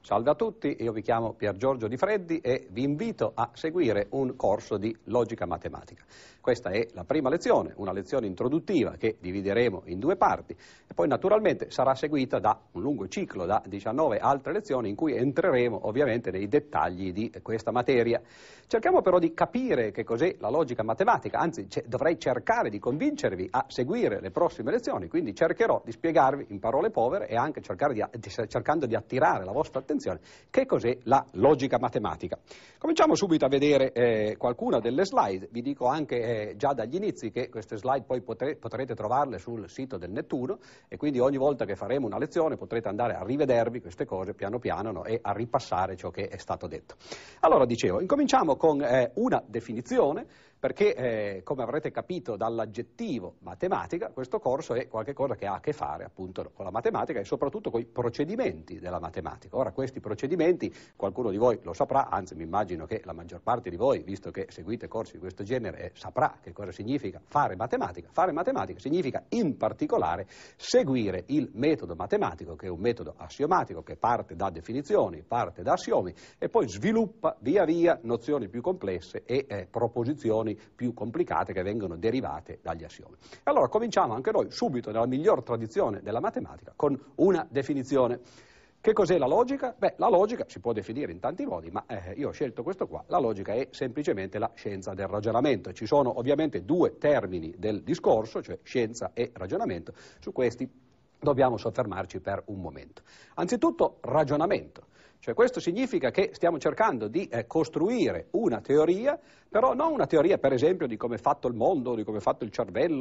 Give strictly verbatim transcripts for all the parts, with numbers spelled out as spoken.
Salve a tutti, io vi chiamo Pier Giorgio Di Freddi e vi invito a seguire un corso di logica matematica. Questa è la prima lezione, una lezione introduttiva che divideremo in due parti e poi naturalmente sarà seguita da un lungo ciclo, da diciannove altre lezioni in cui entreremo ovviamente nei dettagli di questa materia. Cerchiamo però di capire che cos'è la logica matematica, anzi dovrei cercare di convincervi a seguire le prossime lezioni, quindi cercherò di spiegarvi in parole povere e anche cercare di, di, cercando di attirare la vostra attenzione che cos'è la logica matematica. Cominciamo subito a vedere eh, qualcuna delle slide, vi dico anche eh, già dagli inizi che queste slide poi potre, potrete trovarle sul sito del Nettuno e quindi ogni volta che faremo una lezione potrete andare a rivedervi queste cose piano piano, no, e a ripassare ciò che è stato detto. Allora dicevo, incominciamo con eh, una definizione perché eh, come avrete capito dall'aggettivo matematica questo corso è qualcosa che ha a che fare appunto con la matematica e soprattutto con i procedimenti della matematica. Ora questi procedimenti qualcuno di voi lo saprà, anzi mi immagino che la maggior parte di voi, visto che seguite corsi di questo genere, eh, saprà che cosa significa fare matematica. Fare matematica significa in particolare seguire il metodo matematico, che è un metodo assiomatico che parte da definizioni, parte da assiomi e poi sviluppa via via nozioni più complesse e eh, proposizioni più complicate che vengono derivate dagli assiomi. Allora cominciamo anche noi subito nella miglior tradizione della matematica con una definizione. Che cos'è la logica? Beh, la logica si può definire in tanti modi, ma eh, io ho scelto questo qua. La logica è semplicemente la scienza del ragionamento. Ci sono ovviamente due termini del discorso, cioè scienza e ragionamento. Su questi dobbiamo soffermarci per un momento. Anzitutto ragionamento. Cioè questo significa che stiamo cercando di eh, costruire una teoria, però non una teoria per esempio di come è fatto il mondo, di come è fatto il cervello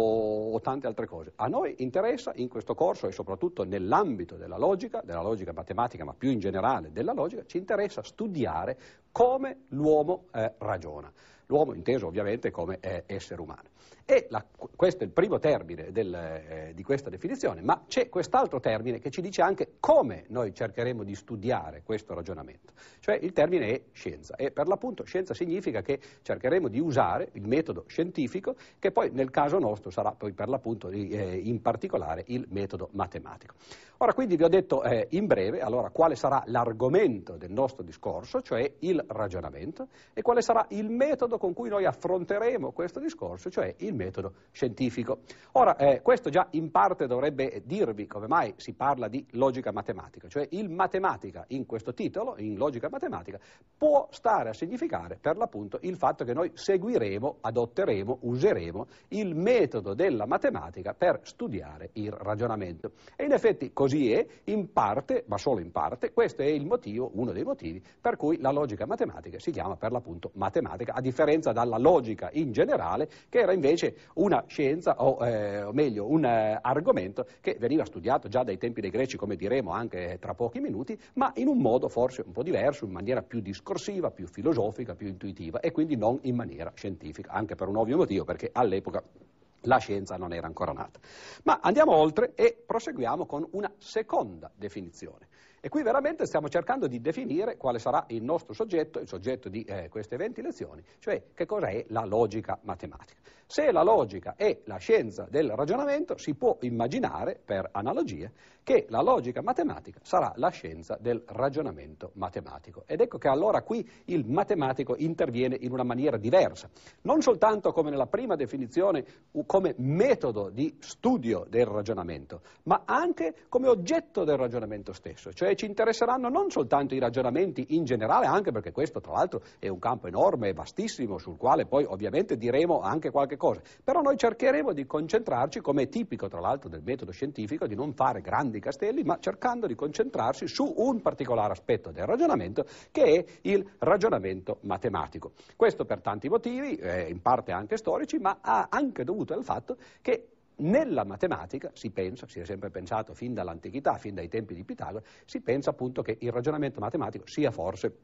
o, o tante altre cose. A noi interessa in questo corso e soprattutto nell'ambito della logica, della logica matematica ma più in generale della logica, ci interessa studiare come l'uomo eh, ragiona. L'uomo inteso ovviamente come eh, essere umano. E la, questo è il primo termine del, eh, di questa definizione, ma c'è quest'altro termine che ci dice anche come noi cercheremo di studiare questo ragionamento. Cioè il termine è scienza e per l'appunto scienza significa che cercheremo di usare il metodo scientifico che poi nel caso nostro sarà poi per l'appunto eh, in particolare il metodo matematico. Ora quindi vi ho detto eh, in breve allora quale sarà l'argomento del nostro discorso, cioè il ragionamento, e quale sarà il metodo con cui noi affronteremo questo discorso, cioè il metodo scientifico. Ora, eh, questo già in parte dovrebbe dirvi come mai si parla di logica matematica, cioè il matematica in questo titolo, in logica matematica, può stare a significare per l'appunto il fatto che noi seguiremo, adotteremo, useremo il metodo della matematica per studiare il ragionamento. E in effetti così è, in parte, ma solo in parte, questo è il motivo, uno dei motivi per cui la logica matematica si chiama per l'appunto matematica, a differenza dalla logica in generale, che era invece una scienza, o, eh, o meglio un eh, argomento che veniva studiato già dai tempi dei greci, come diremo anche tra pochi minuti, ma in un modo forse un po' diverso, in maniera più discorsiva, più filosofica, più intuitiva e quindi non in maniera scientifica, anche per un ovvio motivo, perché all'epoca la scienza non era ancora nata. Ma andiamo oltre e proseguiamo con una seconda definizione. E qui veramente stiamo cercando di definire quale sarà il nostro soggetto, il soggetto di eh, queste venti lezioni, cioè che cos'è la logica matematica. Se la logica è la scienza del ragionamento, si può immaginare, per analogia, che la logica matematica sarà la scienza del ragionamento matematico. Ed ecco che allora qui il matematico interviene in una maniera diversa, non soltanto come nella prima definizione, come metodo di studio del ragionamento, ma anche come oggetto del ragionamento stesso, cioè ci interesseranno non soltanto i ragionamenti in generale, anche perché questo tra l'altro è un campo enorme e vastissimo sul quale poi ovviamente diremo anche qualche cosa, però noi cercheremo di concentrarci, come è tipico tra l'altro del metodo scientifico, di non fare grandi castelli, ma cercando di concentrarsi su un particolare aspetto del ragionamento che è il ragionamento matematico. Questo per tanti motivi, eh, in parte anche storici, ma ha anche dovuto al fatto che nella matematica si pensa, si è sempre pensato fin dall'antichità, fin dai tempi di Pitagora, si pensa appunto che il ragionamento matematico sia forse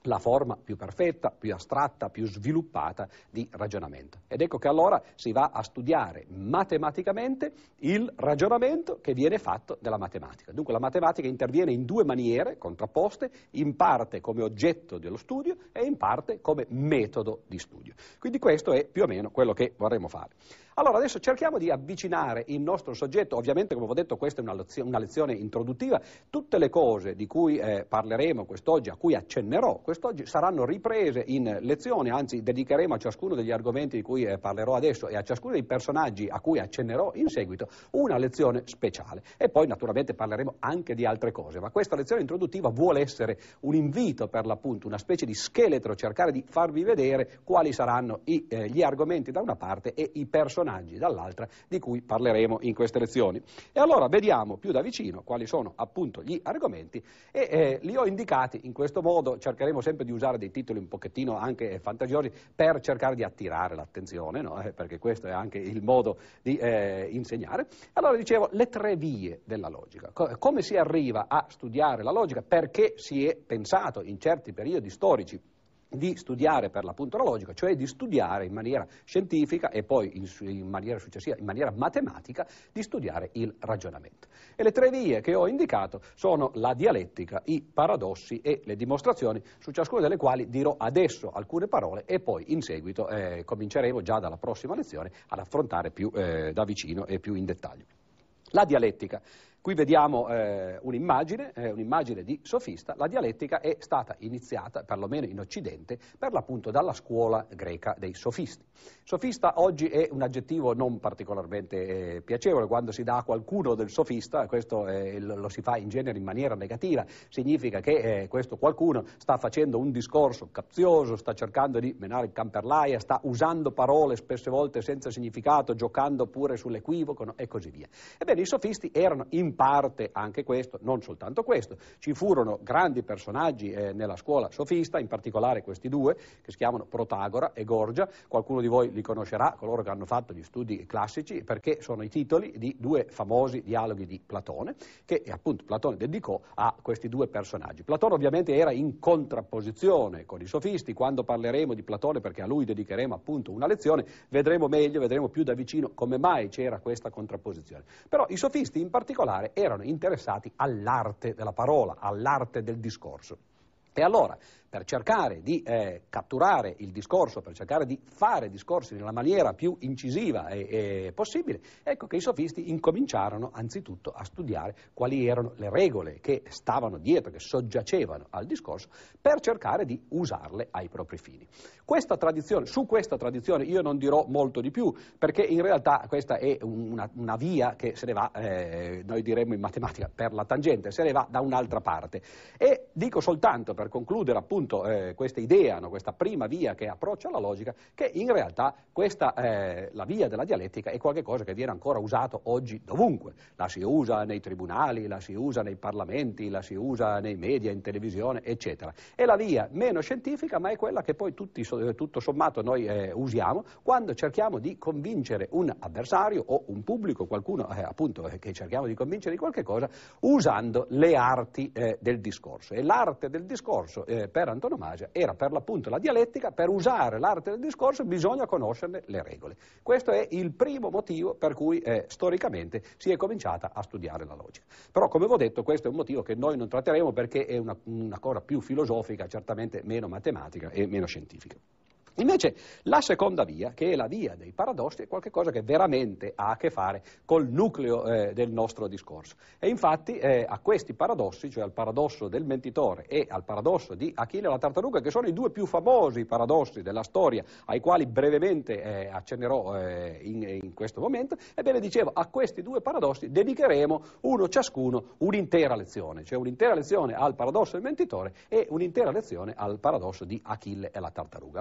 la forma più perfetta, più astratta, più sviluppata di ragionamento. Ed ecco che allora si va a studiare matematicamente il ragionamento che viene fatto dalla matematica. Dunque la matematica interviene in due maniere contrapposte, in parte come oggetto dello studio e in parte come metodo di studio. Quindi questo è più o meno quello che vorremmo fare. Allora adesso cerchiamo di avvicinare il nostro soggetto, ovviamente come ho detto questa è una lezione, una lezione introduttiva, tutte le cose di cui eh, parleremo quest'oggi, a cui accennerò quest'oggi, saranno riprese in lezione, anzi dedicheremo a ciascuno degli argomenti di cui eh, parlerò adesso e a ciascuno dei personaggi a cui accennerò in seguito una lezione speciale. E poi naturalmente parleremo anche di altre cose, ma questa lezione introduttiva vuole essere un invito per l'appunto, una specie di scheletro, cercare di farvi vedere quali saranno i, eh, gli argomenti da una parte e i personaggi dall'altra di cui parleremo in queste lezioni. E allora vediamo più da vicino quali sono appunto gli argomenti e eh, li ho indicati in questo modo, cercheremo sempre di usare dei titoli un pochettino anche fantasiosi per cercare di attirare l'attenzione, no? eh, perché questo è anche il modo di eh, insegnare. Allora dicevo, le tre vie della logica. Co- come si arriva a studiare la logica? Perché si è pensato in certi periodi storici di studiare per l'appunto la logica, cioè di studiare in maniera scientifica e poi in, in maniera successiva, in maniera matematica, di studiare il ragionamento. E le tre vie che ho indicato sono la dialettica, i paradossi e le dimostrazioni, su ciascuna delle quali dirò adesso alcune parole e poi in seguito eh, cominceremo già dalla prossima lezione ad affrontare più eh, da vicino e più in dettaglio. La dialettica. Qui vediamo eh, un'immagine, eh, un'immagine di sofista. La dialettica è stata iniziata, perlomeno in Occidente, per l'appunto dalla scuola greca dei sofisti. Sofista oggi è un aggettivo non particolarmente eh, piacevole, quando si dà a qualcuno del sofista, questo eh, lo, lo si fa in genere in maniera negativa, significa che eh, questo qualcuno sta facendo un discorso capzioso, sta cercando di menare il can per l'aia, sta usando parole spesse volte senza significato, giocando pure sull'equivoco, no? E così via. Ebbene, i sofisti erano in parte anche questo, non soltanto questo. Ci furono grandi personaggi eh, nella scuola sofista, in particolare questi due, che si chiamano Protagora e Gorgia. Qualcuno di voi li conoscerà, coloro che hanno fatto gli studi classici, perché sono i titoli di due famosi dialoghi di Platone, che appunto Platone dedicò a questi due personaggi. Platone ovviamente era in contrapposizione con i sofisti. Quando parleremo di Platone, perché a lui dedicheremo appunto una lezione, vedremo meglio, vedremo più da vicino come mai c'era questa contrapposizione. Però i sofisti in particolare erano interessati all'arte della parola, all'arte del discorso. E allora, per cercare di eh, catturare il discorso, per cercare di fare discorsi nella maniera più incisiva e, e possibile, ecco che i sofisti incominciarono anzitutto a studiare quali erano le regole che stavano dietro, che soggiacevano al discorso, per cercare di usarle ai propri fini. Questa tradizione, su questa tradizione io non dirò molto di più, perché in realtà questa è una, una via che se ne va, eh, noi diremmo in matematica, per la tangente, se ne va da un'altra parte. E dico soltanto, per concludere appunto eh, questa idea, no, questa prima via che approccia la logica, che in realtà questa, eh, la via della dialettica è qualcosa che viene ancora usato oggi dovunque. La si usa nei tribunali, la si usa nei parlamenti, la si usa nei media, in televisione, eccetera. È la via meno scientifica, ma è quella che poi tutti, tutto sommato noi eh, usiamo quando cerchiamo di convincere un avversario o un pubblico, qualcuno eh, appunto eh, che cerchiamo di convincere di qualche cosa, usando le arti eh, del discorso. E l'arte del discorso eh, per antonomasia era per l'appunto la dialettica. Per usare l'arte del discorso bisogna conoscerne le regole. Questo è il primo motivo per cui eh, storicamente si è cominciata a studiare la logica. Però, come vi ho detto, questo è un motivo che noi non tratteremo, perché è una, una cosa più filosofica, certamente meno matematica e meno scientifica. Invece la seconda via, che è la via dei paradossi, è qualcosa che veramente ha a che fare col nucleo eh, del nostro discorso. E infatti eh, a questi paradossi, cioè al paradosso del mentitore e al paradosso di Achille e la tartaruga, che sono i due più famosi paradossi della storia, ai quali brevemente eh, accennerò eh, in, in questo momento, ebbene dicevo, a questi due paradossi dedicheremo uno ciascuno un'intera lezione, cioè un'intera lezione al paradosso del mentitore e un'intera lezione al paradosso di Achille e la tartaruga. Ma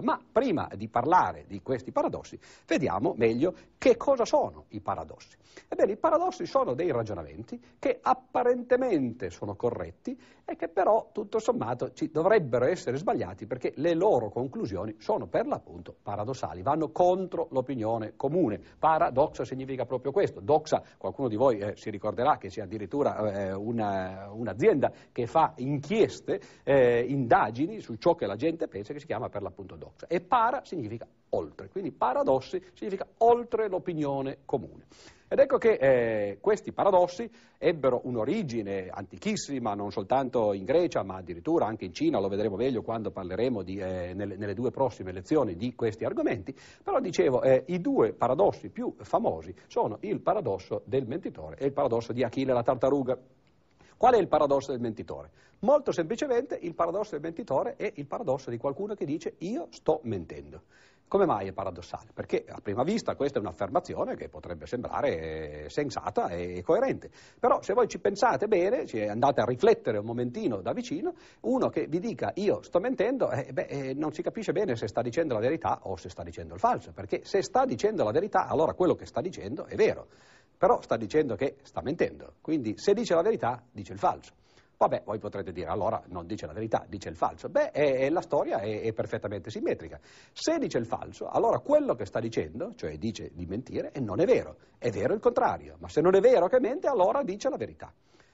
prima di parlare di questi paradossi, vediamo meglio che cosa sono i paradossi. Ebbene, i paradossi sono dei ragionamenti che apparentemente sono corretti e che però, tutto sommato, ci dovrebbero essere sbagliati perché le loro conclusioni sono per l'appunto paradossali, vanno contro l'opinione comune. Paradosso significa proprio questo. Doxa, qualcuno di voi eh, si ricorderà che c'è addirittura eh, una, un'azienda che fa inchieste, eh, indagini su ciò che la gente pensa, che si chiama per l'appunto doxa. E para significa oltre, quindi paradossi significa oltre l'opinione comune. Ed ecco che eh, questi paradossi ebbero un'origine antichissima, non soltanto in Grecia, ma addirittura anche in Cina, lo vedremo meglio quando parleremo di, eh, nelle, nelle due prossime lezioni di questi argomenti, però dicevo, eh, i due paradossi più famosi sono il paradosso del mentitore e il paradosso di Achille la tartaruga. Qual è il paradosso del mentitore? Molto semplicemente il paradosso del mentitore è il paradosso di qualcuno che dice io sto mentendo. Come mai è paradossale? Perché a prima vista questa è un'affermazione che potrebbe sembrare sensata e coerente, però se voi ci pensate bene, ci andate a riflettere un momentino da vicino, uno che vi dica io sto mentendo, eh, beh, eh, non si capisce bene se sta dicendo la verità o se sta dicendo il falso, perché se sta dicendo la verità allora quello che sta dicendo è vero, però sta dicendo che sta mentendo, quindi se dice la verità dice il falso. Vabbè, voi potrete dire, allora non dice la verità, dice il falso. Beh, è, è, la storia è, è perfettamente simmetrica. Se dice il falso, allora quello che sta dicendo, cioè dice di mentire, e non è vero. È vero il contrario. Ma se non è vero che mente, allora dice la verità.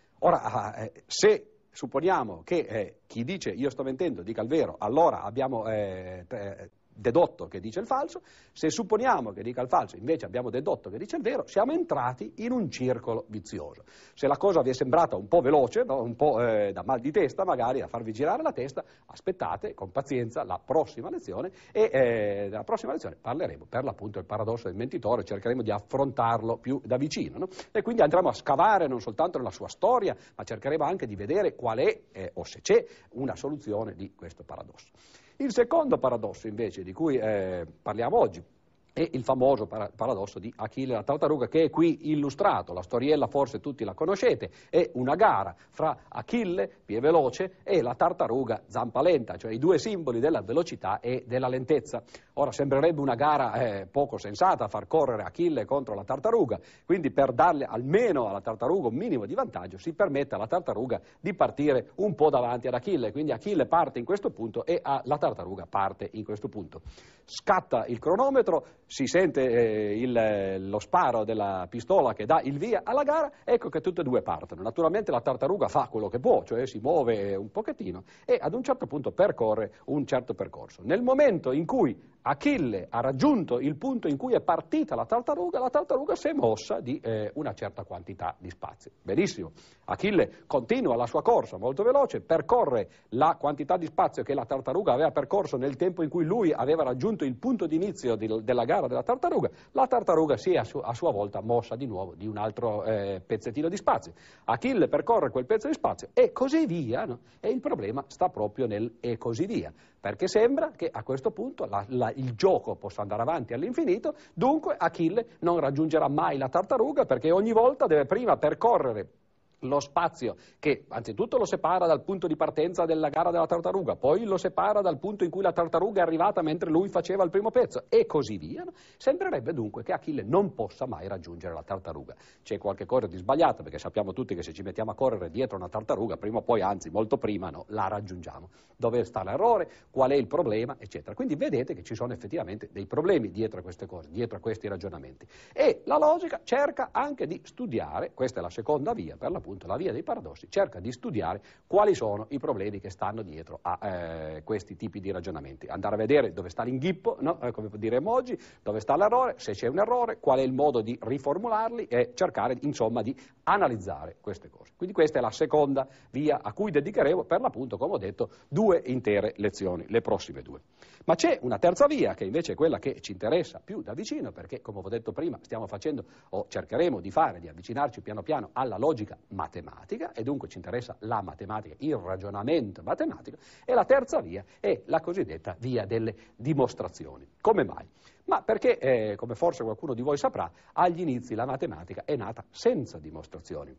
Ora, eh, se supponiamo che eh, chi dice io sto mentendo dica il vero, allora abbiamo eh, eh, dedotto che dice il falso. Se supponiamo che dica il falso, invece abbiamo dedotto che dice il vero, siamo entrati in un circolo vizioso. Se la cosa vi è sembrata un po' veloce, no? un po' eh, da mal di testa, magari da farvi girare la testa, aspettate con pazienza la prossima lezione e eh, nella prossima lezione parleremo per l'appunto del paradosso del mentitore, cercheremo di affrontarlo più da vicino, no? E quindi andremo a scavare non soltanto nella sua storia, ma cercheremo anche di vedere qual è eh, o se c'è una soluzione di questo paradosso. Il secondo paradosso invece di cui eh, parliamo oggi è il famoso paradosso di Achille la tartaruga, che è qui illustrato. La storiella forse tutti la conoscete, è una gara fra Achille, piede veloce, e la tartaruga, zampa lenta, cioè i due simboli della velocità e della lentezza. Ora sembrerebbe una gara eh, poco sensata far correre Achille contro la tartaruga, quindi per darle almeno alla tartaruga un minimo di vantaggio si permette alla tartaruga di partire un po' davanti ad Achille, quindi Achille parte in questo punto e a, la tartaruga parte in questo punto. Scatta il cronometro, si sente eh, il, lo sparo della pistola che dà il via alla gara, ecco che tutte e due partono. Naturalmente la tartaruga fa quello che può, cioè si muove un pochettino e ad un certo punto percorre un certo percorso. Nel momento in cui Achille ha raggiunto il punto in cui è partita la tartaruga, la tartaruga si è mossa di eh, una certa quantità di spazio. Benissimo, Achille continua la sua corsa molto veloce, percorre la quantità di spazio che la tartaruga aveva percorso nel tempo in cui lui aveva raggiunto il punto d'inizio di, della gara della tartaruga, la tartaruga si è a, su, a sua volta mossa di nuovo di un altro eh, pezzettino di spazio. Achille percorre quel pezzo di spazio e così via, no? E il problema sta proprio nel e così via, perché sembra che a questo punto la, la, il gioco possa andare avanti all'infinito, dunque Achille non raggiungerà mai la tartaruga perché ogni volta deve prima percorrere lo spazio che anzitutto lo separa dal punto di partenza della gara della tartaruga, poi lo separa dal punto in cui la tartaruga è arrivata mentre lui faceva il primo pezzo e così via. No? Sembrerebbe dunque che Achille non possa mai raggiungere la tartaruga. C'è qualche cosa di sbagliato perché sappiamo tutti che se ci mettiamo a correre dietro una tartaruga prima o poi, anzi molto prima, no, la raggiungiamo. Dove sta l'errore, qual è il problema, eccetera. Quindi vedete che ci sono effettivamente dei problemi dietro a queste cose, dietro a questi ragionamenti. E la logica cerca anche di studiare, questa è la seconda via per l'appunto, la via dei paradossi, cerca di studiare quali sono i problemi che stanno dietro a eh, questi tipi di ragionamenti, andare a vedere dove sta l'inghippo, no? eh, come diremo oggi, dove sta l'errore, se c'è un errore, qual è il modo di riformularli e cercare insomma di analizzare queste cose. Quindi questa è la seconda via a cui dedicheremo per l'appunto, come ho detto, due intere lezioni, le prossime due. Ma c'è una terza via che invece è quella che ci interessa più da vicino perché, come ho detto prima, stiamo facendo o cercheremo di fare, di avvicinarci piano piano alla logica matematica e dunque ci interessa la matematica, il ragionamento matematico, e la terza via è la cosiddetta via delle dimostrazioni. Come mai? Ma perché, eh, come forse qualcuno di voi saprà, agli inizi la matematica è nata senza dimostrazioni.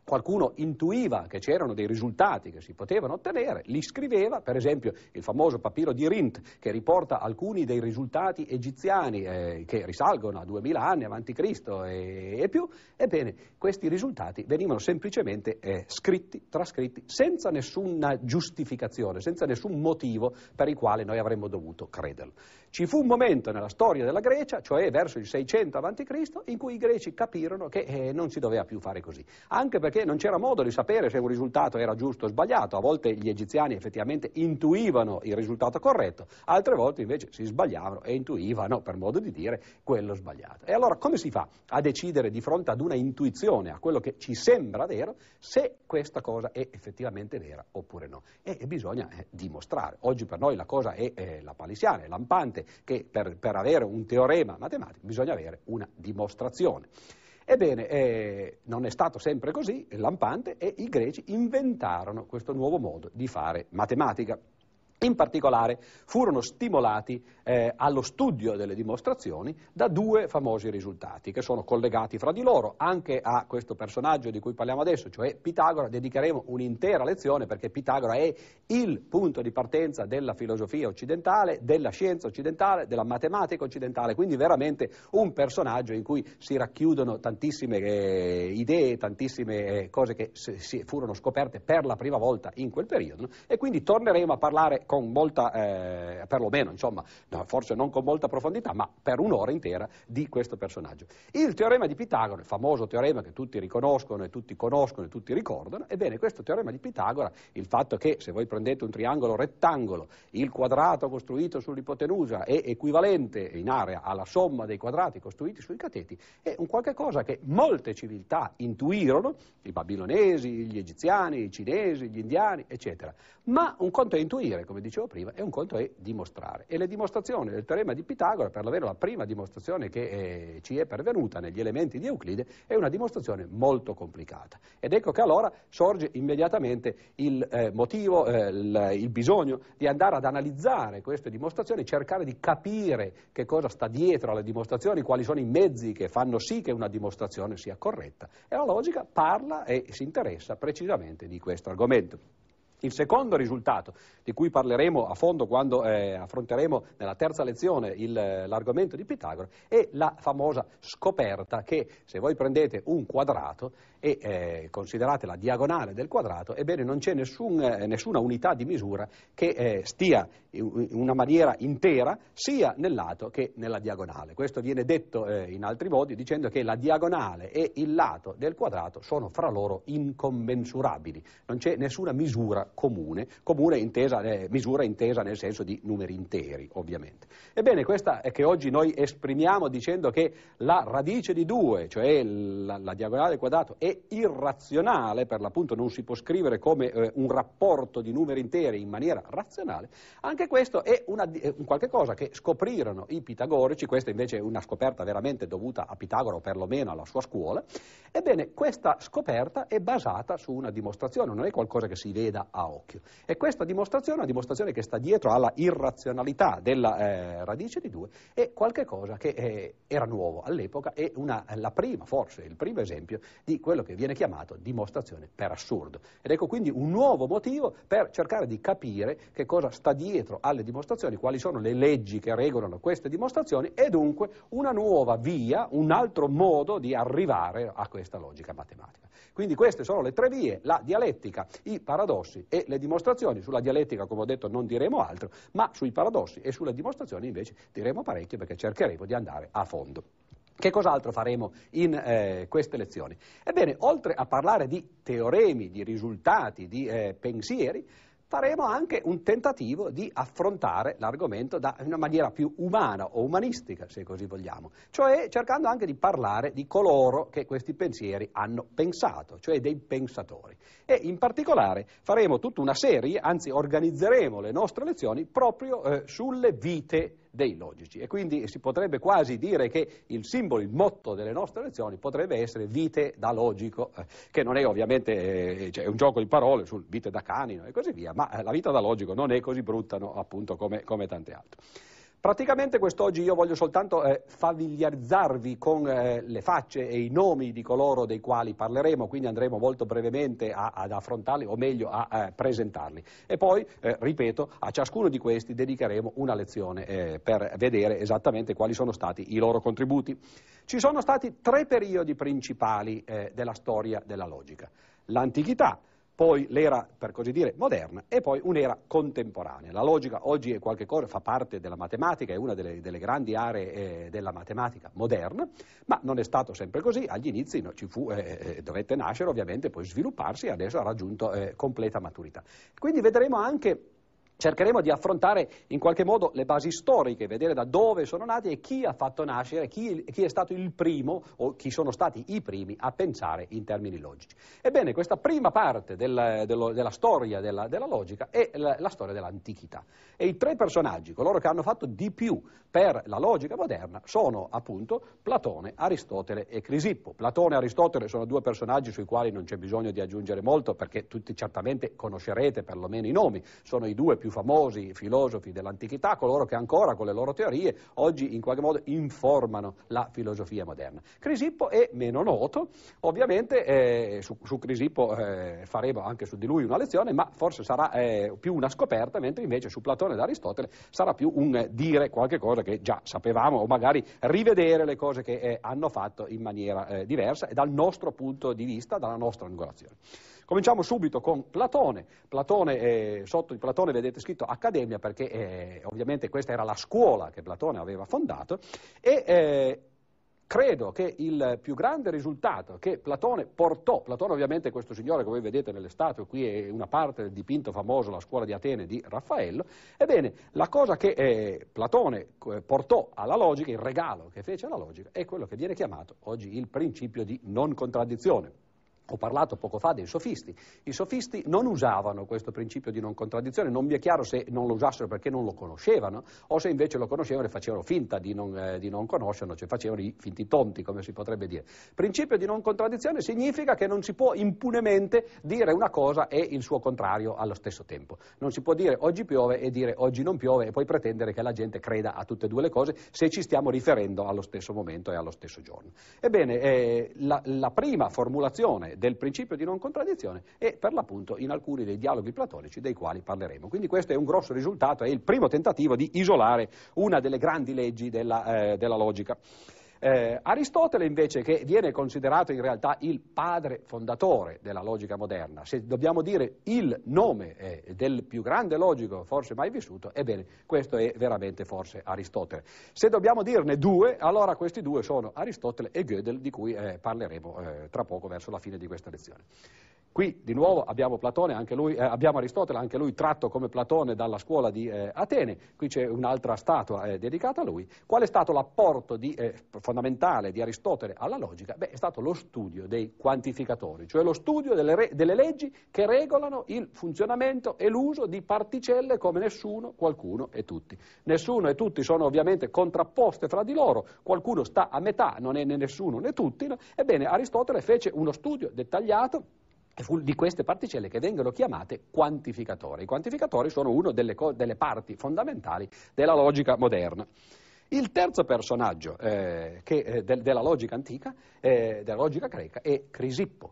qualcuno intuiva che c'erano dei risultati che si potevano ottenere, li scriveva, per esempio il famoso papiro di Rint che riporta alcuni dei risultati egiziani eh, che risalgono a duemila anni avanti Cristo e, e più, ebbene questi risultati venivano semplicemente eh, scritti, trascritti, senza nessuna giustificazione, senza nessun motivo per il quale noi avremmo dovuto crederlo. Ci fu un momento nella storia della Grecia, cioè verso il seicento avanti Cristo, in cui i greci capirono che eh, non si doveva più fare così, anche perché non c'era modo di sapere se un risultato era giusto o sbagliato. A volte gli egiziani effettivamente intuivano il risultato corretto, altre volte invece si sbagliavano e intuivano, per modo di dire, quello sbagliato. E allora come si fa a decidere di fronte ad una intuizione, a quello che ci sembra vero, se questa cosa è effettivamente vera oppure no? E, e bisogna eh, dimostrare. Oggi per noi la cosa è eh, la palissiana, è lampante, che per, per avere un teorema matematico bisogna avere una dimostrazione. Ebbene, eh, non è stato sempre così, lampante, e i greci inventarono questo nuovo modo di fare matematica. In particolare furono stimolati eh, allo studio delle dimostrazioni da due famosi risultati che sono collegati fra di loro. Anche a questo personaggio di cui parliamo adesso, cioè Pitagora, dedicheremo un'intera lezione, perché Pitagora è il punto di partenza della filosofia occidentale, della scienza occidentale, della matematica occidentale, quindi veramente un personaggio in cui si racchiudono tantissime eh, idee, tantissime eh, cose che si furono scoperte per la prima volta in quel periodo, no? E quindi torneremo a parlare con molta, eh, perlomeno, insomma, no, forse non con molta profondità, ma per un'ora intera di questo personaggio. Il teorema di Pitagora, il famoso teorema che tutti riconoscono e tutti conoscono e tutti ricordano, ebbene questo teorema di Pitagora, il fatto che se voi prendete un triangolo rettangolo, il quadrato costruito sull'ipotenusa è equivalente in area alla somma dei quadrati costruiti sui cateti, è un qualche cosa che molte civiltà intuirono, i babilonesi, gli egiziani, i cinesi, gli indiani, eccetera. Ma un conto è intuire, come dicevo prima, e un conto è dimostrare. E le dimostrazioni del teorema di Pitagora, perlomeno la prima dimostrazione che eh, ci è pervenuta negli elementi di Euclide, è una dimostrazione molto complicata. Ed ecco che allora sorge immediatamente il eh, motivo, eh, il, il bisogno di andare ad analizzare queste dimostrazioni, cercare di capire che cosa sta dietro alle dimostrazioni, quali sono i mezzi che fanno sì che una dimostrazione sia corretta. E la logica parla e si interessa precisamente di questo argomento. Il secondo risultato, di cui parleremo a fondo quando eh, affronteremo nella terza lezione il, l'argomento di Pitagora, è la famosa scoperta che se voi prendete un quadrato e eh, considerate la diagonale del quadrato, ebbene non c'è nessun, eh, nessuna unità di misura che eh, stia in una maniera intera sia nel lato che nella diagonale. Questo viene detto eh, in altri modi dicendo che la diagonale e il lato del quadrato sono fra loro incommensurabili, non c'è nessuna misura comune, comune intesa, eh, misura intesa nel senso di numeri interi, ovviamente. Ebbene, questa è che oggi noi esprimiamo dicendo che la radice di due, cioè la, la diagonale del quadrato, è irrazionale, per l'appunto non si può scrivere come eh, un rapporto di numeri interi in maniera razionale. Anche questo è una, un qualche cosa che scoprirono i pitagorici, questa invece è una scoperta veramente dovuta a Pitagora o perlomeno alla sua scuola. Ebbene, questa scoperta è basata su una dimostrazione, non è qualcosa che si veda a occhio. E questa dimostrazione, una dimostrazione che sta dietro alla irrazionalità della eh, radice di due, è qualche cosa che eh, era nuovo all'epoca, è una, la prima, forse il primo esempio di quello che viene chiamato dimostrazione per assurdo. Ed ecco quindi un nuovo motivo per cercare di capire che cosa sta dietro alle dimostrazioni, quali sono le leggi che regolano queste dimostrazioni e dunque una nuova via, un altro modo di arrivare a questa logica matematica. Quindi queste sono le tre vie: la dialettica, i paradossi e le dimostrazioni. Sulla dialettica, come ho detto, non diremo altro, ma sui paradossi e sulle dimostrazioni invece diremo parecchio, perché cercheremo di andare a fondo. Che cos'altro faremo in eh, queste lezioni? Ebbene, oltre a parlare di teoremi, di risultati, di eh, pensieri, faremo anche un tentativo di affrontare l'argomento da una maniera più umana o umanistica, se così vogliamo, cioè cercando anche di parlare di coloro che questi pensieri hanno pensato, cioè dei pensatori. E in particolare faremo tutta una serie, anzi organizzeremo le nostre lezioni proprio eh, sulle vite dei logici, e quindi si potrebbe quasi dire che il simbolo, il motto delle nostre lezioni potrebbe essere vite da logico, eh, che non è ovviamente eh, cioè un gioco di parole sul vite da canino e così via, ma eh, la vita da logico non è così brutta, no, appunto come, come tante altre. Praticamente quest'oggi io voglio soltanto eh, familiarizzarvi con eh, le facce e i nomi di coloro dei quali parleremo, quindi andremo molto brevemente a, ad affrontarli, o meglio a, a presentarli. E poi, eh, ripeto, a ciascuno di questi dedicheremo una lezione eh, per vedere esattamente quali sono stati i loro contributi. Ci sono stati tre periodi principali eh, della storia della logica: l'antichità, poi l'era, per così dire, moderna, e poi un'era contemporanea. La logica oggi è qualche cosa, fa parte della matematica, è una delle, delle grandi aree eh, della matematica moderna, ma non è stato sempre così. Agli inizi no, ci fu, eh, dovette nascere, ovviamente, poi svilupparsi, e adesso ha raggiunto eh, completa maturità. Quindi vedremo anche, cercheremo di affrontare in qualche modo le basi storiche, vedere da dove sono nati e chi ha fatto nascere, chi, chi è stato il primo o chi sono stati i primi a pensare in termini logici. Ebbene, questa prima parte del, dello, della storia della, della logica è la, la storia dell'antichità. E i tre personaggi, coloro che hanno fatto di più per la logica moderna, sono appunto Platone, Aristotele e Crisippo. Platone e Aristotele sono due personaggi sui quali non c'è bisogno di aggiungere molto, perché tutti certamente conoscerete perlomeno i nomi. Sono i due più più famosi filosofi dell'antichità, coloro che ancora con le loro teorie oggi in qualche modo informano la filosofia moderna. Crisippo è meno noto, ovviamente eh, su, su Crisippo eh, faremo anche su di lui una lezione, ma forse sarà eh, più una scoperta, mentre invece su Platone ed Aristotele sarà più un eh, dire qualche cosa che già sapevamo, o magari rivedere le cose che eh, hanno fatto in maniera eh, diversa e dal nostro punto di vista, dalla nostra angolazione. Cominciamo subito con Platone. Platone eh, sotto di Platone vedete scritto Accademia, perché eh, ovviamente questa era la scuola che Platone aveva fondato, e eh, credo che il più grande risultato che Platone portò, Platone ovviamente è questo signore che voi vedete nelle statue, qui è una parte del dipinto famoso, la scuola di Atene di Raffaello, ebbene la cosa che eh, Platone portò alla logica, il regalo che fece alla logica, è quello che viene chiamato oggi il principio di non contraddizione. Ho parlato poco fa dei sofisti. I sofisti non usavano questo principio di non contraddizione, non mi è chiaro se non lo usassero perché non lo conoscevano o se invece lo conoscevano e facevano finta di non, eh, di non conoscerlo, cioè facevano i finti tonti, come si potrebbe dire. Principio di non contraddizione significa che non si può impunemente dire una cosa e il suo contrario allo stesso tempo. Non si può dire oggi piove e dire oggi non piove e poi pretendere che la gente creda a tutte e due le cose se ci stiamo riferendo allo stesso momento e allo stesso giorno. Ebbene, eh, la, la prima formulazione del principio di non contraddizione è per l'appunto in alcuni dei dialoghi platonici dei quali parleremo. Quindi questo è un grosso risultato, è il primo tentativo di isolare una delle grandi leggi della, eh, della logica. Eh, Aristotele invece, che viene considerato in realtà il padre fondatore della logica moderna, se dobbiamo dire il nome eh, del più grande logico forse mai vissuto, ebbene questo è veramente forse Aristotele. Se dobbiamo dirne due, allora questi due sono Aristotele e Gödel, di cui eh, parleremo eh, tra poco verso la fine di questa lezione. Qui di nuovo abbiamo Platone, anche lui, eh, abbiamo Aristotele, anche lui tratto come Platone dalla scuola di eh, Atene. Qui c'è un'altra statua eh, dedicata a lui. Qual è stato l'apporto di, eh, fondamentale di Aristotele alla logica? Beh, è stato lo studio dei quantificatori, cioè lo studio delle, re- delle leggi che regolano il funzionamento e l'uso di particelle come nessuno, qualcuno e tutti. Nessuno e tutti sono ovviamente contrapposte fra di loro, qualcuno sta a metà, non è né nessuno né tutti, no? Ebbene, Aristotele fece uno studio dettagliato di queste particelle che vengono chiamate quantificatori. I quantificatori sono una delle, delle parti fondamentali della logica moderna. Il terzo personaggio eh, che, eh, de, della logica antica, eh, della logica greca, è Crisippo.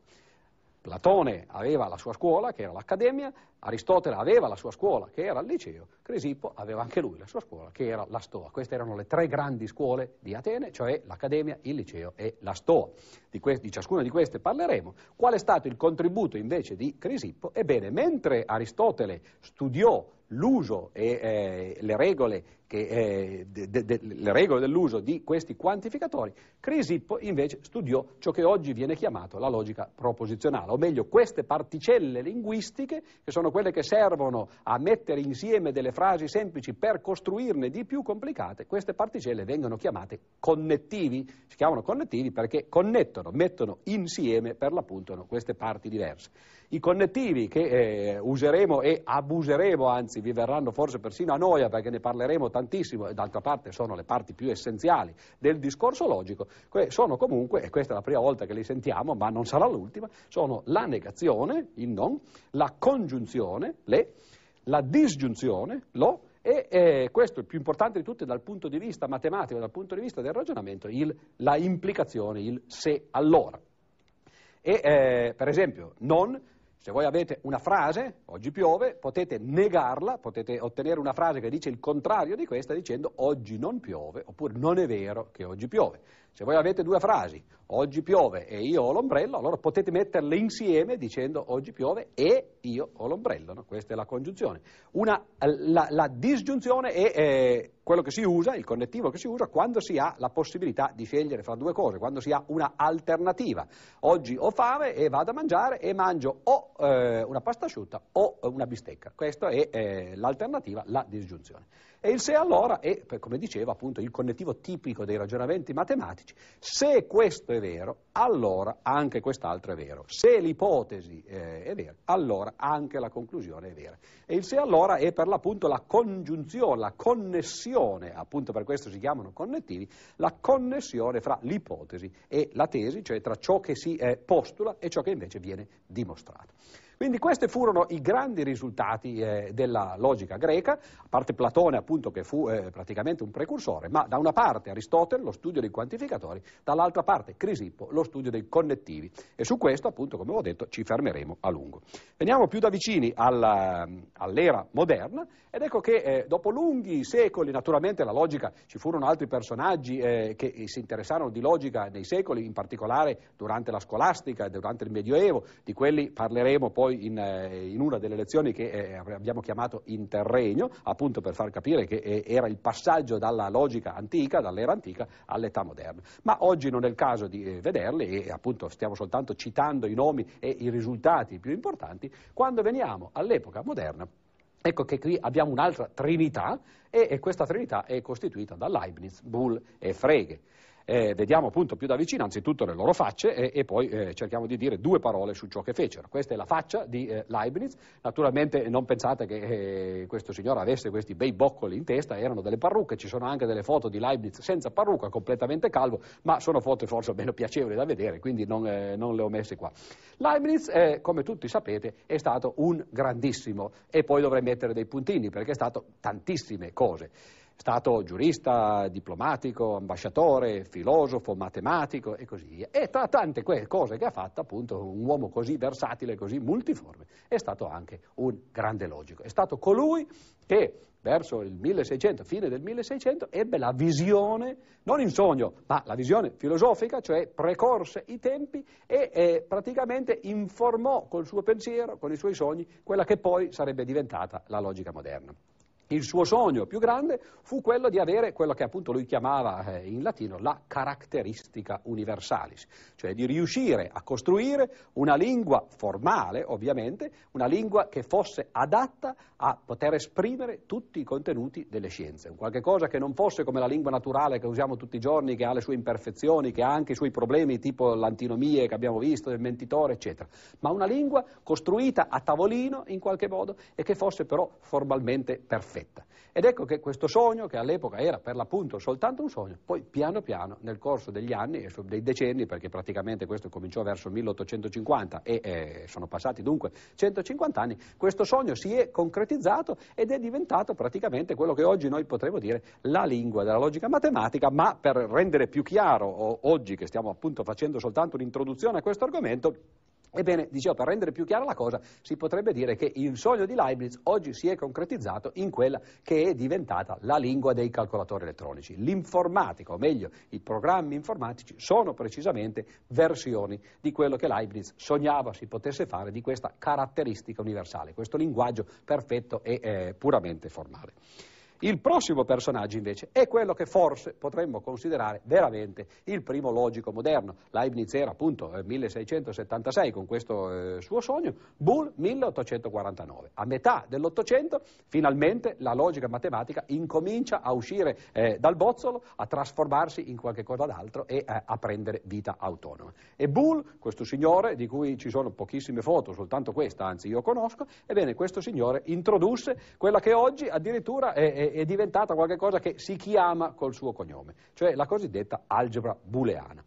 Platone aveva la sua scuola, che era l'Accademia, Aristotele aveva la sua scuola, che era il liceo, Crisippo aveva anche lui la sua scuola, che era la Stoa. Queste erano le tre grandi scuole di Atene, cioè l'Accademia, il liceo e la Stoa. Di, que- di ciascuna di queste parleremo. Qual è stato il contributo invece di Crisippo? Ebbene, mentre Aristotele studiò l'uso e eh, le regole che, eh, de, de, de, le regole dell'uso di questi quantificatori, Crisippo invece studiò ciò che oggi viene chiamato la logica proposizionale, o meglio queste particelle linguistiche che sono quelle che servono a mettere insieme delle frasi semplici per costruirne di più complicate. Queste particelle vengono chiamate connettivi, si chiamano connettivi perché connettono, mettono insieme per l'appunto no, queste parti diverse. I connettivi che eh, useremo e abuseremo, anzi vi verranno forse persino a noia perché ne parleremo tantissimo e d'altra parte sono le parti più essenziali del discorso logico, sono comunque, e questa è la prima volta che li sentiamo ma non sarà l'ultima, sono la negazione, il non, la congiunzione, le, la disgiunzione, lo, E eh, questo è il più importante di tutti dal punto di vista matematico, dal punto di vista del ragionamento, il, la implicazione, il se allora. E eh, per esempio, non, se voi avete una frase, oggi piove, potete negarla, potete ottenere una frase che dice il contrario di questa dicendo oggi non piove, oppure non è vero che oggi piove. Se voi avete due frasi, oggi piove e io ho l'ombrello, allora potete metterle insieme dicendo oggi piove e io ho l'ombrello, no? Questa è la congiunzione. Una, la, la disgiunzione è eh, quello che si usa, il connettivo che si usa quando si ha la possibilità di scegliere fra due cose, quando si ha una alternativa. Oggi ho fame e vado a mangiare e mangio o eh, una pasta asciutta o una bistecca. Questa è eh, l'alternativa, la disgiunzione. E il se allora è, come dicevo, appunto il connettivo tipico dei ragionamenti matematici. Se questo è vero, allora anche quest'altro è vero. Se l'ipotesi eh, è vera, allora anche la conclusione è vera. E il se allora è per l'appunto la congiunzione, la connessione, appunto per questo si chiamano connettivi, la connessione fra l'ipotesi e la tesi, cioè tra ciò che si eh, postula e ciò che invece viene dimostrato. Quindi questi furono i grandi risultati eh, della logica greca, a parte Platone appunto che fu eh, praticamente un precursore, ma da una parte Aristotele, lo studio dei quantificatori, dall'altra parte Crisippo, lo studio dei connettivi. E su questo appunto, come ho detto, ci fermeremo a lungo. Veniamo più da vicini alla, all'era moderna ed ecco che eh, dopo lunghi secoli, naturalmente la logica, ci furono altri personaggi eh, che si interessarono di logica nei secoli, in particolare durante la scolastica, durante il Medioevo, di quelli parleremo poi in, eh, in una delle lezioni che eh, abbiamo chiamato interregno, appunto per far capire che eh, era il passaggio dalla logica antica, dall'era antica, all'età moderna. Ma oggi non è il caso di eh, vederli e appunto stiamo soltanto citando i nomi e i risultati più importanti. Quando veniamo all'epoca moderna, ecco che qui abbiamo un'altra trinità e, e questa trinità è costituita da Leibniz, Boole e Frege. Eh, vediamo appunto più da vicino anzitutto le loro facce e, e poi eh, cerchiamo di dire due parole su ciò che fecero. Questa è la faccia di eh, Leibniz, naturalmente non pensate che eh, questo signore avesse questi bei boccoli in testa, erano delle parrucche, ci sono anche delle foto di Leibniz senza parrucca, completamente calvo, ma sono foto forse meno piacevoli da vedere, quindi non, eh, non le ho messe qua. Leibniz, eh, come tutti sapete, è stato un grandissimo, e poi dovrei mettere dei puntini perché è stato tantissime cose. È stato giurista, diplomatico, ambasciatore, filosofo, matematico e così via. E tra tante quelle cose che ha fatto, appunto, un uomo così versatile, così multiforme, è stato anche un grande logico. È stato colui che verso il milleseicento, fine del milleseicento, ebbe la visione, non in sogno, ma la visione filosofica, cioè precorse i tempi e eh, praticamente informò col suo pensiero, con i suoi sogni, quella che poi sarebbe diventata la logica moderna. Il suo sogno più grande fu quello di avere quello che appunto lui chiamava eh, in latino la caratteristica universalis, cioè di riuscire a costruire una lingua formale, ovviamente, una lingua che fosse adatta a poter esprimere tutti i contenuti delle scienze, un qualche cosa che non fosse come la lingua naturale che usiamo tutti i giorni, che ha le sue imperfezioni, che ha anche i suoi problemi tipo l'antinomie che abbiamo visto, il mentitore, eccetera, ma una lingua costruita a tavolino in qualche modo e che fosse però formalmente perfetta. Ed ecco che questo sogno, che all'epoca era per l'appunto soltanto un sogno, poi piano piano nel corso degli anni e dei decenni, perché praticamente questo cominciò verso il milleottocentocinquanta e eh, sono passati dunque centocinquanta anni, questo sogno si è concretizzato ed è diventato praticamente quello che oggi noi potremmo dire la lingua della logica matematica, ma per rendere più chiaro o, oggi che stiamo appunto facendo soltanto un'introduzione a questo argomento, ebbene, dicevo, per rendere più chiara la cosa, si potrebbe dire che il sogno di Leibniz oggi si è concretizzato in quella che è diventata la lingua dei calcolatori elettronici. L'informatica, o meglio, i programmi informatici, sono precisamente versioni di quello che Leibniz sognava si potesse fare di questa caratteristica universale, questo linguaggio perfetto e eh, puramente formale. Il prossimo personaggio invece è quello che forse potremmo considerare veramente il primo logico moderno. Leibniz era appunto nel milleseicentosettantasei con questo eh, suo sogno, Boole milleottocentoquarantanove. A metà dell'Ottocento finalmente la logica matematica incomincia a uscire eh, dal bozzolo, a trasformarsi in qualche cosa d'altro e eh, a prendere vita autonoma. E Boole, questo signore di cui ci sono pochissime foto, soltanto questa anzi io conosco, ebbene questo signore introdusse quella che oggi addirittura è, è è diventata qualcosa che si chiama col suo cognome, cioè la cosiddetta algebra booleana.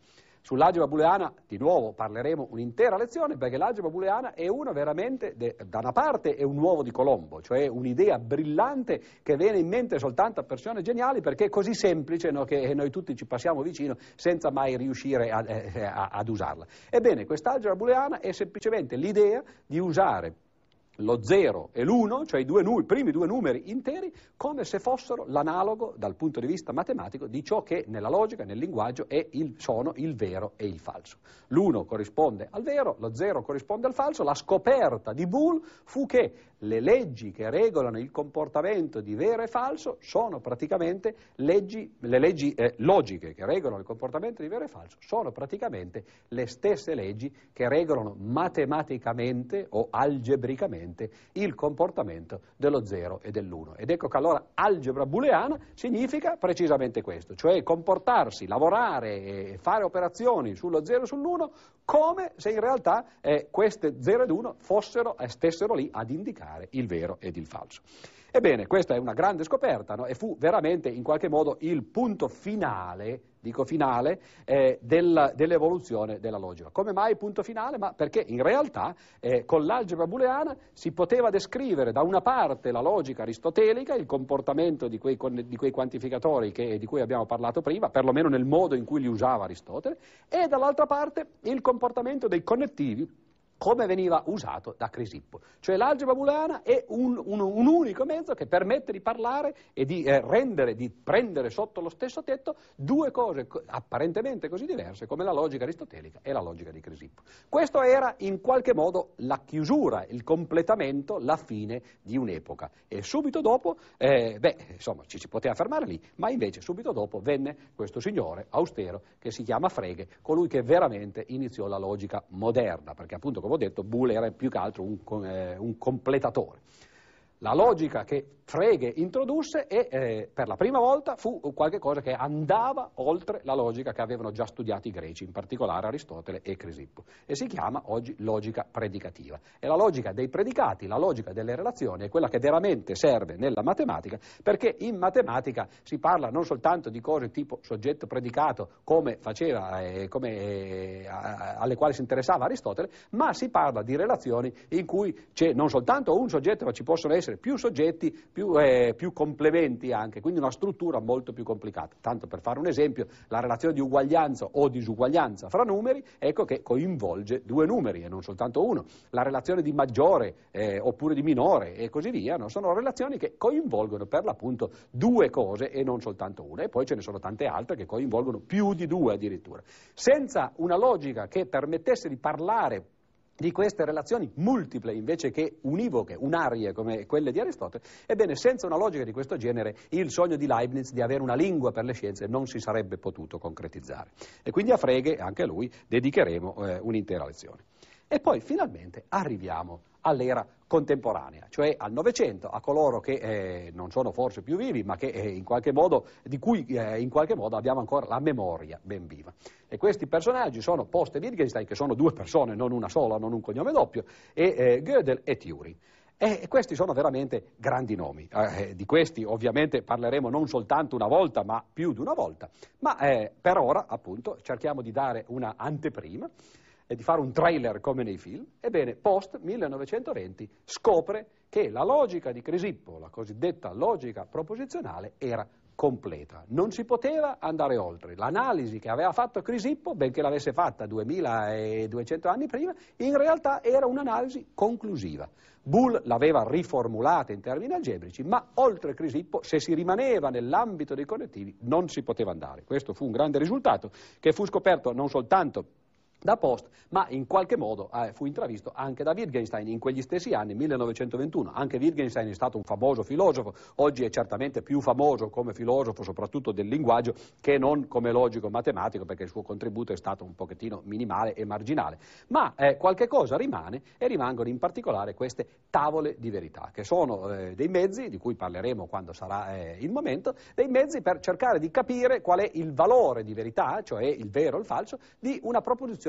Sull'algebra booleana, di nuovo, parleremo un'intera lezione, perché l'algebra booleana è una veramente, de, da una parte è un uovo di Colombo, cioè un'idea brillante che viene in mente soltanto a persone geniali, perché è così semplice, no, che noi tutti ci passiamo vicino senza mai riuscire a, eh, a, ad usarla. Ebbene, quest'algebra booleana è semplicemente l'idea di usare lo zero e l'uno, cioè i, due nu- i primi due numeri interi, come se fossero l'analogo dal punto di vista matematico di ciò che nella logica, nel linguaggio, è il, sono il vero e il falso. L'uno corrisponde al vero, lo zero corrisponde al falso. La scoperta di Boole fu che le leggi che regolano il comportamento di vero e falso sono praticamente leggi, le leggi eh, logiche che regolano il comportamento di vero e falso sono praticamente le stesse leggi che regolano matematicamente o algebricamente il comportamento dello zero e dell'uno. Ed ecco che allora algebra booleana significa precisamente questo, cioè comportarsi, lavorare e fare operazioni sullo zero e sull'uno come se in realtà eh, queste zero ed uno fossero e stessero lì ad indicare il vero ed il falso. Ebbene, questa è una grande scoperta, no? E fu veramente in qualche modo il punto finale, dico finale, eh, del, dell'evoluzione della logica. Come mai punto finale? Ma perché in realtà eh, con l'algebra booleana si poteva descrivere da una parte la logica aristotelica, il comportamento di quei, di quei quantificatori che, di cui abbiamo parlato prima, perlomeno nel modo in cui li usava Aristotele, e dall'altra parte il comportamento dei connettivi, come veniva usato da Crisippo. Cioè l'algebra booleana è un, un, un unico mezzo che permette di parlare e di eh, rendere, di prendere sotto lo stesso tetto due cose co- apparentemente così diverse come la logica aristotelica e la logica di Crisippo. Questo era in qualche modo la chiusura, il completamento, la fine di un'epoca. E subito dopo, eh, beh, insomma, ci si poteva fermare lì, ma invece subito dopo venne questo signore austero che si chiama Frege, colui che veramente iniziò la logica moderna, perché appunto, come ho detto, Boole era più che altro un, eh, un completatore. La logica che Frege introdusse e eh, per la prima volta fu qualche cosa che andava oltre la logica che avevano già studiato i greci, in particolare Aristotele e Crisippo, e si chiama oggi logica predicativa. È la logica dei predicati, la logica delle relazioni, è quella che veramente serve nella matematica, perché in matematica si parla non soltanto di cose tipo soggetto predicato, come faceva, eh, come, eh, alle quali si interessava Aristotele, ma si parla di relazioni in cui c'è non soltanto un soggetto, ma ci possono essere più soggetti, più, eh, più complementi anche, quindi una struttura molto più complicata. Tanto per fare un esempio, la relazione di uguaglianza o disuguaglianza fra numeri, ecco che coinvolge due numeri e non soltanto uno. La relazione di maggiore eh, oppure di minore e così via, no? Sono relazioni che coinvolgono per l'appunto due cose e non soltanto una, e poi ce ne sono tante altre che coinvolgono più di due addirittura. Senza una logica che permettesse di parlare di queste relazioni multiple invece che univoche, unarie come quelle di Aristotele, ebbene senza una logica di questo genere il sogno di Leibniz di avere una lingua per le scienze non si sarebbe potuto concretizzare. E quindi a Frege, anche a lui, dedicheremo eh, un'intera lezione. E poi finalmente arriviamo all'era contemporanea, cioè al Novecento, a coloro che eh, non sono forse più vivi, ma che eh, in qualche modo, di cui eh, in qualche modo abbiamo ancora la memoria ben viva. E questi personaggi sono Post e Wittgenstein, che sono due persone, non una sola, non un cognome doppio, e eh, Gödel e Turing. E questi sono veramente grandi nomi, eh, di questi ovviamente parleremo non soltanto una volta, ma più di una volta, ma eh, per ora appunto cerchiamo di dare una anteprima e di fare un trailer come nei film. Ebbene, Post millenovecentoventi scopre che la logica di Crisippo, la cosiddetta logica proposizionale, era completa, non si poteva andare oltre. L'analisi che aveva fatto Crisippo, benché l'avesse fatta duemiladuecento anni prima, in realtà era un'analisi conclusiva. Boole l'aveva riformulata in termini algebrici, ma oltre Crisippo, se si rimaneva nell'ambito dei connettivi, non si poteva andare. Questo fu un grande risultato che fu scoperto non soltanto da Post, ma in qualche modo eh, fu intravisto anche da Wittgenstein in quegli stessi anni, millenovecentoventuno. Anche Wittgenstein è stato un famoso filosofo, oggi è certamente più famoso come filosofo, soprattutto del linguaggio, che non come logico matematico, perché il suo contributo è stato un pochettino minimale e marginale. Ma eh, qualche cosa rimane, e rimangono in particolare queste tavole di verità, che sono eh, dei mezzi, di cui parleremo quando sarà eh, il momento, dei mezzi per cercare di capire qual è il valore di verità, cioè il vero o il falso, di una proposizione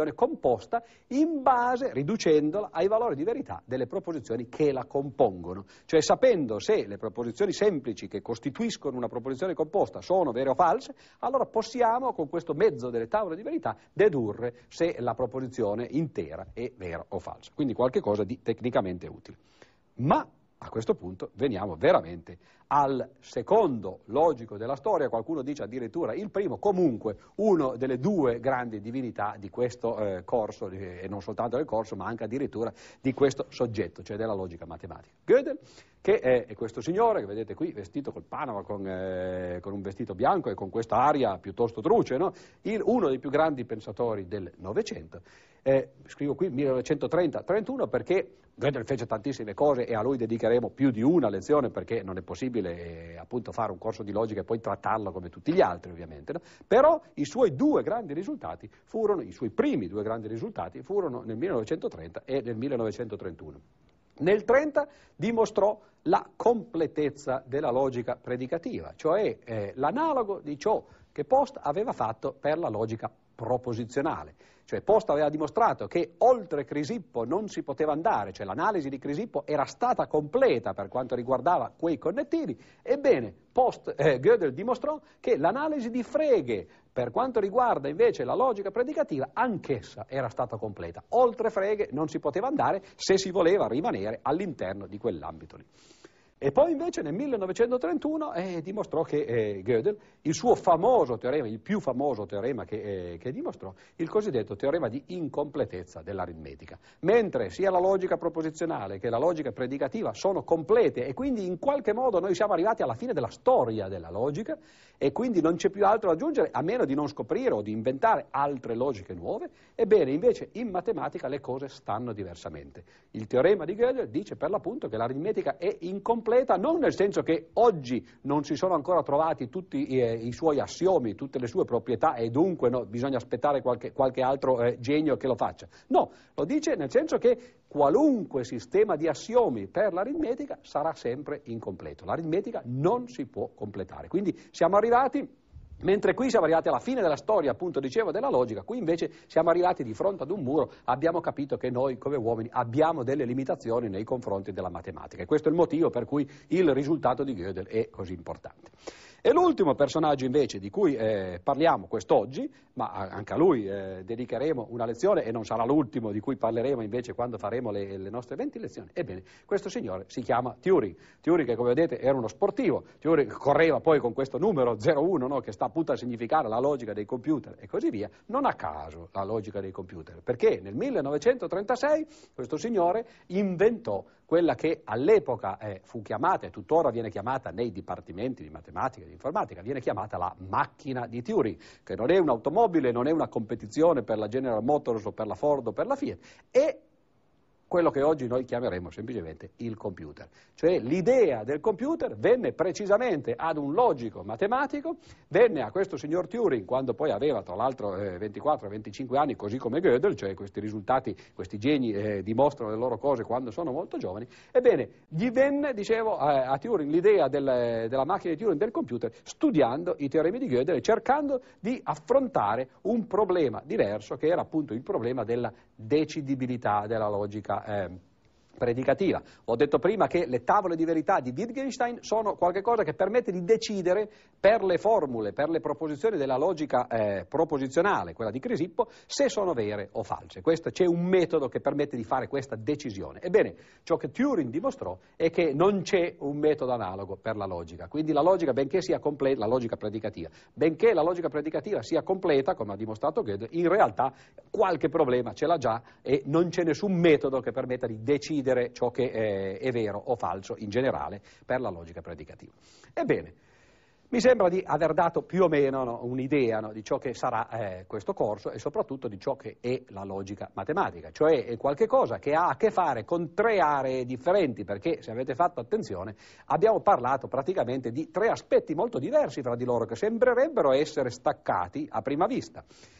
proposizione composta in base, riducendola, ai valori di verità delle proposizioni che la compongono. Cioè sapendo se le proposizioni semplici che costituiscono una proposizione composta sono vere o false, allora possiamo con questo mezzo delle tavole di verità dedurre se la proposizione intera è vera o falsa. Quindi qualche cosa di tecnicamente utile. Ma a questo punto veniamo veramente al secondo logico della storia, qualcuno dice addirittura il primo, comunque uno delle due grandi divinità di questo eh, corso, e non soltanto del corso, ma anche addirittura di questo soggetto, cioè della logica matematica. Gödel, che è, è questo signore che vedete qui vestito col Panama, con, eh, con un vestito bianco e con questa aria piuttosto truce, no? Il, uno dei più grandi pensatori del Novecento. Eh, scrivo qui millenovecentotrenta trentuno perché Gödel fece tantissime cose e a lui dedicheremo più di una lezione perché non è possibile eh, appunto fare un corso di logica e poi trattarlo come tutti gli altri ovviamente, no? Però i suoi due grandi risultati furono, i suoi primi due grandi risultati furono nel millenovecentotrenta e nel millenovecentotrentuno. Nel trenta dimostrò la completezza della logica predicativa, cioè eh, l'analogo di ciò che Post aveva fatto per la logica proposizionale. Cioè Post aveva dimostrato che oltre Crisippo non si poteva andare, cioè l'analisi di Crisippo era stata completa per quanto riguardava quei connettivi, ebbene Post, eh, Gödel dimostrò che l'analisi di Frege per quanto riguarda invece la logica predicativa anch'essa era stata completa. Oltre Frege non si poteva andare se si voleva rimanere all'interno di quell'ambito lì. E poi invece nel millenovecentotrentuno eh, dimostrò che eh, Gödel, il suo famoso teorema, il più famoso teorema che, eh, che dimostrò, il cosiddetto teorema di incompletezza dell'aritmetica. Mentre sia la logica proposizionale che la logica predicativa sono complete e quindi in qualche modo noi siamo arrivati alla fine della storia della logica e quindi non c'è più altro da aggiungere a meno di non scoprire o di inventare altre logiche nuove, ebbene invece in matematica le cose stanno diversamente. Il teorema di Gödel dice per l'appunto che l'aritmetica è incompleta, non nel senso che oggi non si sono ancora trovati tutti eh, i suoi assiomi, tutte le sue proprietà e dunque no, bisogna aspettare qualche, qualche altro eh, genio che lo faccia. No, lo dice nel senso che qualunque sistema di assiomi per l'aritmetica sarà sempre incompleto. L'aritmetica non si può completare. Quindi siamo arrivati... Mentre qui siamo arrivati alla fine della storia, appunto dicevo, della logica, qui invece siamo arrivati di fronte ad un muro, abbiamo capito che noi come uomini abbiamo delle limitazioni nei confronti della matematica e questo è il motivo per cui il risultato di Gödel è così importante. E l'ultimo personaggio invece di cui eh, parliamo quest'oggi, ma anche a lui eh, dedicheremo una lezione e non sarà l'ultimo di cui parleremo invece quando faremo le, le nostre venti lezioni, ebbene questo signore si chiama Turing. Turing che come vedete era uno sportivo, Turing correva poi con questo numero zero uno no, che sta appunto a significare la logica dei computer e così via, non a caso la logica dei computer, perché nel millenovecentotrentasei questo signore inventò quella che all'epoca eh, fu chiamata e tuttora viene chiamata nei dipartimenti di matematica e di informatica, viene chiamata la macchina di Turing, che non è un'automobile, non è una competizione per la General Motors o per la Ford o per la Fiat, è quello che oggi noi chiameremo semplicemente il computer. Cioè l'idea del computer venne precisamente ad un logico matematico, venne a questo signor Turing quando poi aveva tra l'altro eh, ventiquattro venticinque anni, così come Gödel, cioè questi risultati, questi geni eh, dimostrano le loro cose quando sono molto giovani, ebbene gli venne, dicevo, a, a Turing l'idea del, della macchina di Turing del computer studiando i teoremi di Gödel e cercando di affrontare un problema diverso che era appunto il problema della decidibilità della logica Eh, predicativa. Ho detto prima che le tavole di verità di Wittgenstein sono qualcosa che permette di decidere per le formule, per le proposizioni della logica eh, proposizionale, quella di Crisippo, se sono vere o false. Questo, c'è un metodo che permette di fare questa decisione. Ebbene, ciò che Turing dimostrò è che non c'è un metodo analogo per la logica. Quindi la logica, benché sia completa, la logica predicativa, benché la logica predicativa sia completa, come ha dimostrato Gödel, in realtà qualche problema ce l'ha già e non c'è nessun metodo che permetta di decidere ciò che è, è vero o falso in generale per la logica predicativa. Ebbene, mi sembra di aver dato più o meno no, un'idea no, di ciò che sarà eh, questo corso e soprattutto di ciò che è la logica matematica, cioè è qualche cosa che ha a che fare con tre aree differenti, perché se avete fatto attenzione abbiamo parlato praticamente di tre aspetti molto diversi fra di loro che sembrerebbero essere staccati a prima vista.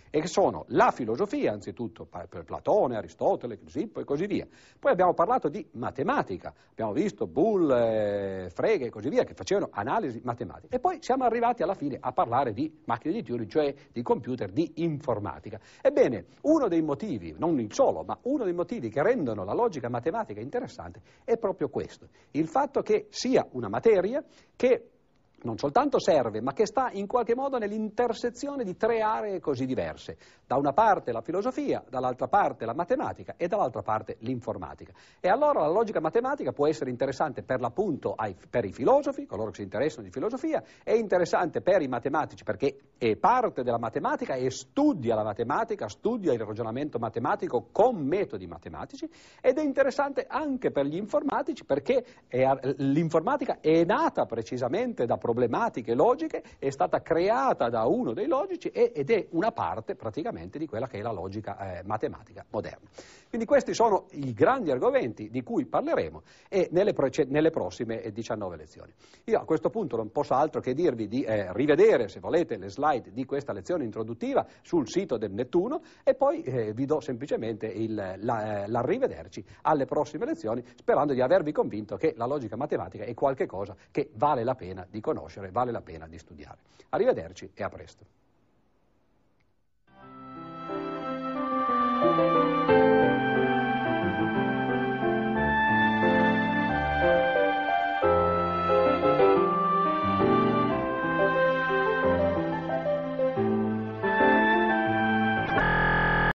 e che sono la filosofia, anzitutto per Platone, Aristotele, Crisippo e così via. Poi abbiamo parlato di matematica, abbiamo visto Boole, eh, Frege e così via, che facevano analisi matematiche. E poi siamo arrivati alla fine a parlare di macchine di Turing, cioè di computer, di informatica. Ebbene, uno dei motivi, non il solo, ma uno dei motivi che rendono la logica matematica interessante è proprio questo, il fatto che sia una materia che non soltanto serve, ma che sta in qualche modo nell'intersezione di tre aree così diverse. Da una parte la filosofia, dall'altra parte la matematica e dall'altra parte l'informatica. E allora la logica matematica può essere interessante per l'appunto ai, per i filosofi, coloro che si interessano di filosofia, è interessante per i matematici perché è parte della matematica e studia la matematica, studia il ragionamento matematico con metodi matematici, ed è interessante anche per gli informatici perché è, l'informatica è nata precisamente da problematiche logiche, è stata creata da uno dei logici ed è una parte praticamente di quella che è la logica eh, matematica moderna. Quindi questi sono i grandi argomenti di cui parleremo e nelle, nelle prossime diciannove lezioni. Io a questo punto non posso altro che dirvi di eh, rivedere, se volete, le slide di questa lezione introduttiva sul sito del Nettuno e poi eh, vi do semplicemente il, la, eh, l'arrivederci alle prossime lezioni, sperando di avervi convinto che la logica matematica è qualche cosa che vale la pena di conoscere, vale la pena di studiare. Arrivederci e a presto.